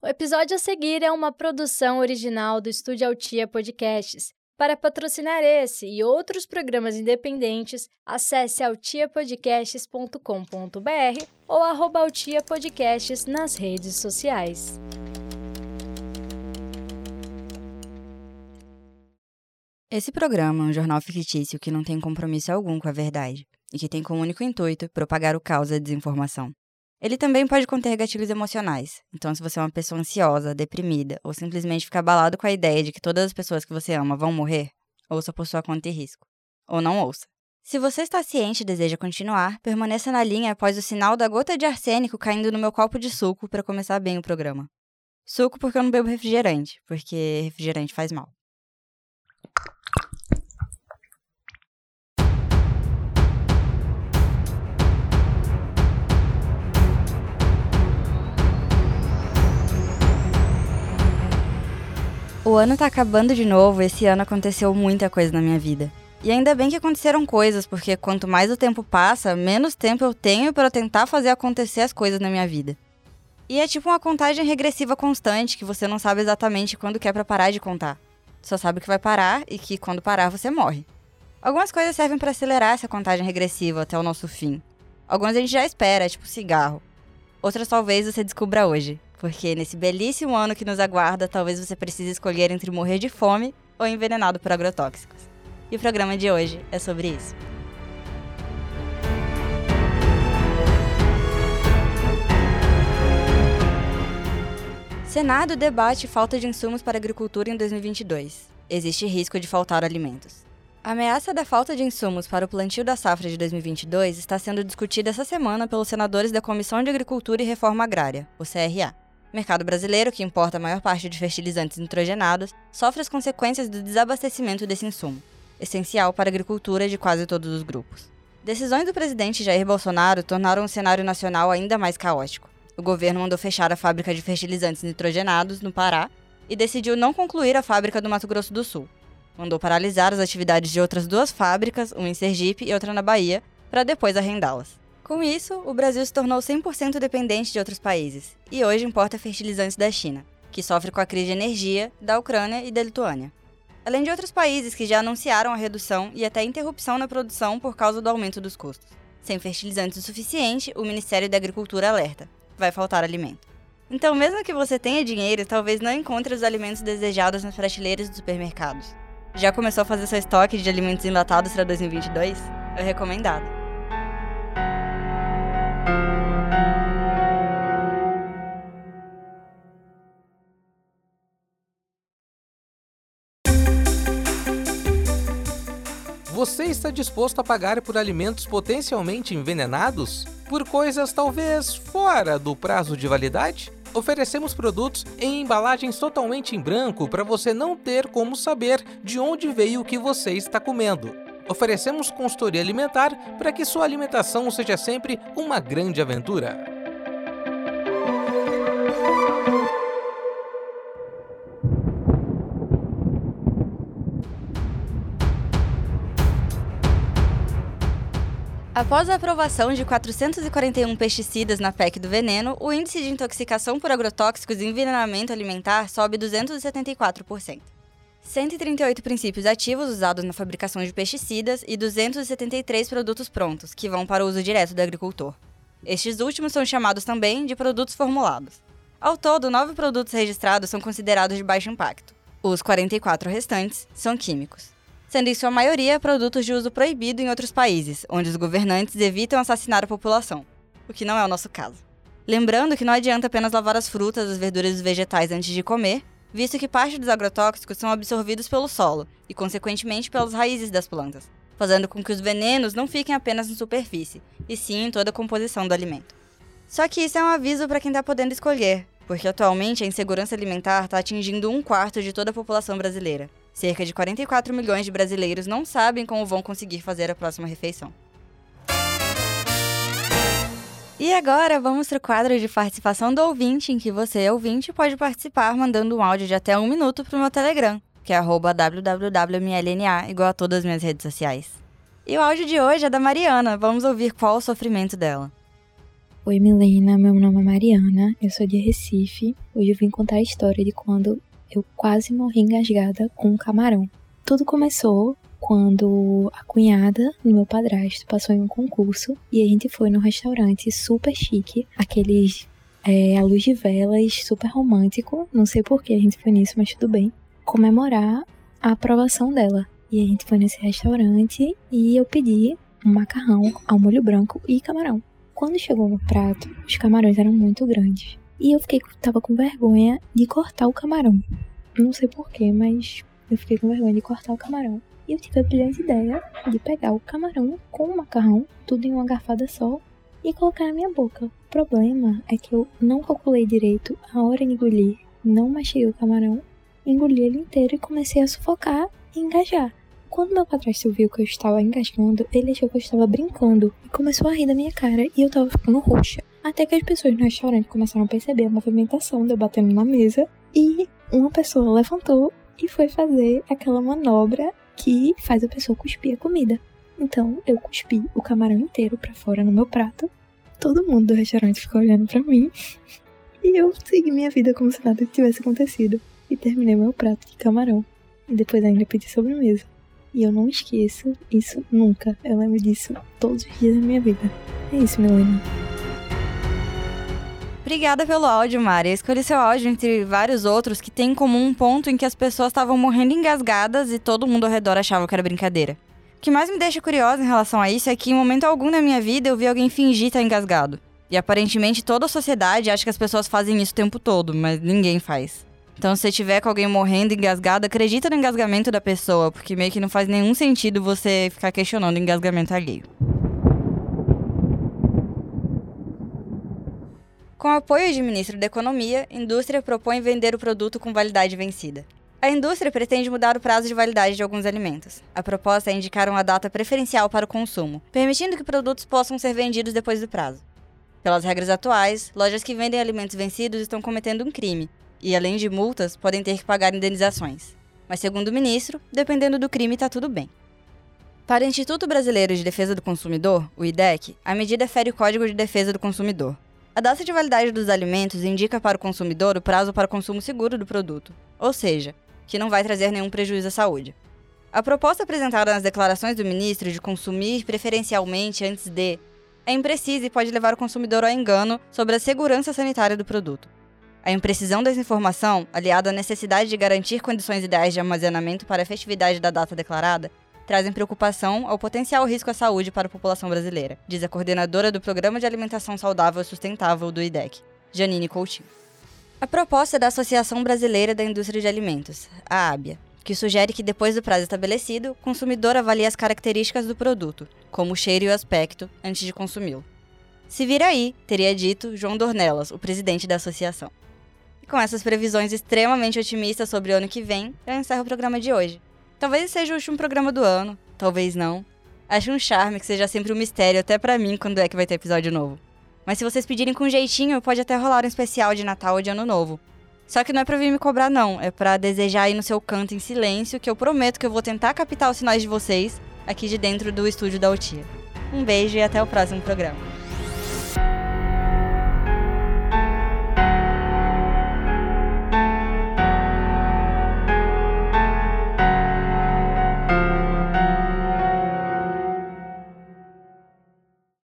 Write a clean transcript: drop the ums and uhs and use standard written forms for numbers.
O episódio a seguir é uma produção original do Estúdio Altia Podcasts. Para patrocinar esse e outros programas independentes, acesse altiapodcasts.com.br ou @altiapodcasts nas redes sociais. Esse programa é um jornal fictício que não tem compromisso algum com a verdade e que tem como único intuito propagar o caos da desinformação. Ele também pode conter gatilhos emocionais, então se você é uma pessoa ansiosa, deprimida ou simplesmente fica abalado com a ideia de que todas as pessoas que você ama vão morrer, ouça por sua conta e risco. Ou não ouça. Se você está ciente e deseja continuar, permaneça na linha após o sinal da gota de arsênico caindo no meu copo de suco para começar bem o programa. Suco porque eu não bebo refrigerante, porque refrigerante faz mal. O ano tá acabando de novo e esse ano aconteceu muita coisa na minha vida. E ainda bem que aconteceram coisas, porque quanto mais o tempo passa, menos tempo eu tenho para tentar fazer acontecer as coisas na minha vida. E é tipo uma contagem regressiva constante que você não sabe exatamente quando quer pra parar de contar. Só sabe que vai parar e que quando parar você morre. Algumas coisas servem para acelerar essa contagem regressiva até o nosso fim. Algumas a gente já espera, tipo cigarro. Outras talvez você descubra hoje. Porque nesse belíssimo ano que nos aguarda, talvez você precise escolher entre morrer de fome ou envenenado por agrotóxicos. E o programa de hoje é sobre isso. Senado debate falta de insumos para a agricultura em 2022. Existe risco de faltar alimentos. A ameaça da falta de insumos para o plantio da safra de 2022 está sendo discutida essa semana pelos senadores da Comissão de Agricultura e Reforma Agrária, o CRA. O mercado brasileiro, que importa a maior parte de fertilizantes nitrogenados, sofre as consequências do desabastecimento desse insumo, essencial para a agricultura de quase todos os grupos. Decisões do presidente Jair Bolsonaro tornaram o cenário nacional ainda mais caótico. O governo mandou fechar a fábrica de fertilizantes nitrogenados no Pará e decidiu não concluir a fábrica do Mato Grosso do Sul. Mandou paralisar as atividades de outras 2 fábricas, uma em Sergipe e outra na Bahia, para depois arrendá-las. Com isso, o Brasil se tornou 100% dependente de outros países, e hoje importa fertilizantes da China, que sofre com a crise de energia, da Ucrânia e da Lituânia. Além de outros países que já anunciaram a redução e até interrupção na produção por causa do aumento dos custos. Sem fertilizantes o suficiente, o Ministério da Agricultura alerta: vai faltar alimento. Então, mesmo que você tenha dinheiro, talvez não encontre os alimentos desejados nas prateleiras dos supermercados. Já começou a fazer seu estoque de alimentos enlatados para 2022? É recomendado. Você está disposto a pagar por alimentos potencialmente envenenados? Por coisas talvez fora do prazo de validade? Oferecemos produtos em embalagens totalmente em branco para você não ter como saber de onde veio o que você está comendo. Oferecemos consultoria alimentar para que sua alimentação seja sempre uma grande aventura. Após a aprovação de 441 pesticidas na PEC do veneno, o índice de intoxicação por agrotóxicos e envenenamento alimentar sobe 274%. 138 princípios ativos usados na fabricação de pesticidas e 273 produtos prontos, que vão para o uso direto do agricultor. Estes últimos são chamados também de produtos formulados. Ao todo, 9 produtos registrados são considerados de baixo impacto. Os 44 restantes são químicos, sendo em sua maioria produtos de uso proibido em outros países, onde os governantes evitam assassinar a população, o que não é o nosso caso. Lembrando que não adianta apenas lavar as frutas, as verduras e os vegetais antes de comer, visto que parte dos agrotóxicos são absorvidos pelo solo e, consequentemente, pelas raízes das plantas, fazendo com que os venenos não fiquem apenas na superfície, e sim em toda a composição do alimento. Só que isso é um aviso para quem está podendo escolher, porque atualmente a insegurança alimentar está atingindo 1/4 de toda a população brasileira. Cerca de 44 milhões de brasileiros não sabem como vão conseguir fazer a próxima refeição. E agora vamos para o quadro de participação do ouvinte, em que você, ouvinte, pode participar mandando um áudio de até 1 minuto para o meu Telegram, que é @www.mlna, igual a todas as minhas redes sociais. E o áudio de hoje é da Mariana, vamos ouvir qual o sofrimento dela. Oi Milena, meu nome é Mariana, eu sou de Recife. Hoje eu vim contar a história de quando eu quase morri engasgada com um camarão. Tudo começou quando a cunhada do meu padrasto passou em um concurso e a gente foi num restaurante super chique, aqueles à luz de velas, super romântico, não sei por que a gente foi nisso, mas tudo bem, comemorar a aprovação dela. E a gente foi nesse restaurante e eu pedi um macarrão ao molho branco e camarão. Quando chegou no prato, os camarões eram muito grandes. E eu tava com vergonha de cortar o camarão. Não sei porquê, mas eu fiquei com vergonha de cortar o camarão. E eu tive a brilhante ideia de pegar o camarão com o macarrão, tudo em uma garfada só, e colocar na minha boca. O problema é que eu não calculei direito a hora de engolir, não mastiguei o camarão, engoli ele inteiro e comecei a sufocar e engasgar. Quando meu padrasto viu que eu estava engasgando, ele achou que eu estava brincando e começou a rir da minha cara e eu tava ficando roxa. Até que as pessoas no restaurante começaram a perceber a movimentação de eu batendo na mesa e uma pessoa levantou e foi fazer aquela manobra que faz a pessoa cuspir a comida. Então eu cuspi o camarão inteiro pra fora no meu prato, todo mundo do restaurante ficou olhando pra mim e eu segui minha vida como se nada tivesse acontecido e terminei meu prato de camarão e depois ainda pedi sobremesa. E eu não esqueço isso nunca. Eu lembro disso todos os dias da minha vida. É isso, Milena. Obrigada pelo áudio, Mari. Eu escolhi seu áudio entre vários outros que tem em comum um ponto em que as pessoas estavam morrendo engasgadas e todo mundo ao redor achava que era brincadeira. O que mais me deixa curiosa em relação a isso é que em momento algum na minha vida eu vi alguém fingir estar engasgado. E aparentemente toda a sociedade acha que as pessoas fazem isso o tempo todo, mas ninguém faz. Então, se você tiver com alguém morrendo engasgado, acredita no engasgamento da pessoa, porque meio que não faz nenhum sentido você ficar questionando o engasgamento alheio. Com o apoio de ministro da Economia, a indústria propõe vender o produto com validade vencida. A indústria pretende mudar o prazo de validade de alguns alimentos. A proposta é indicar uma data preferencial para o consumo, permitindo que produtos possam ser vendidos depois do prazo. Pelas regras atuais, lojas que vendem alimentos vencidos estão cometendo um crime, e, além de multas, podem ter que pagar indenizações. Mas, segundo o ministro, dependendo do crime, tá tudo bem. Para o Instituto Brasileiro de Defesa do Consumidor, o IDEC, a medida fere o Código de Defesa do Consumidor. A data de validade dos alimentos indica para o consumidor o prazo para o consumo seguro do produto, ou seja, que não vai trazer nenhum prejuízo à saúde. A proposta apresentada nas declarações do ministro de consumir preferencialmente antes de é imprecisa e pode levar o consumidor ao engano sobre a segurança sanitária do produto. A imprecisão dessa informação, aliada à necessidade de garantir condições ideais de armazenamento para a efetividade da data declarada, trazem preocupação ao potencial risco à saúde para a população brasileira, diz a coordenadora do Programa de Alimentação Saudável e Sustentável do IDEC, Janine Coutinho. A proposta é da Associação Brasileira da Indústria de Alimentos, a ABIA, que sugere que depois do prazo estabelecido, o consumidor avalie as características do produto, como o cheiro e o aspecto, antes de consumi-lo. Se vir aí, teria dito João Dornelas, o presidente da associação. E com essas previsões extremamente otimistas sobre o ano que vem, eu encerro o programa de hoje. Talvez seja o último programa do ano, talvez não. Acho um charme que seja sempre um mistério até pra mim quando é que vai ter episódio novo. Mas se vocês pedirem com jeitinho, pode até rolar um especial de Natal ou de Ano Novo. Só que não é pra vir me cobrar não, é pra desejar aí no seu canto em silêncio, que eu prometo que eu vou tentar captar os sinais de vocês aqui de dentro do estúdio da Utia. Um beijo e até o próximo programa.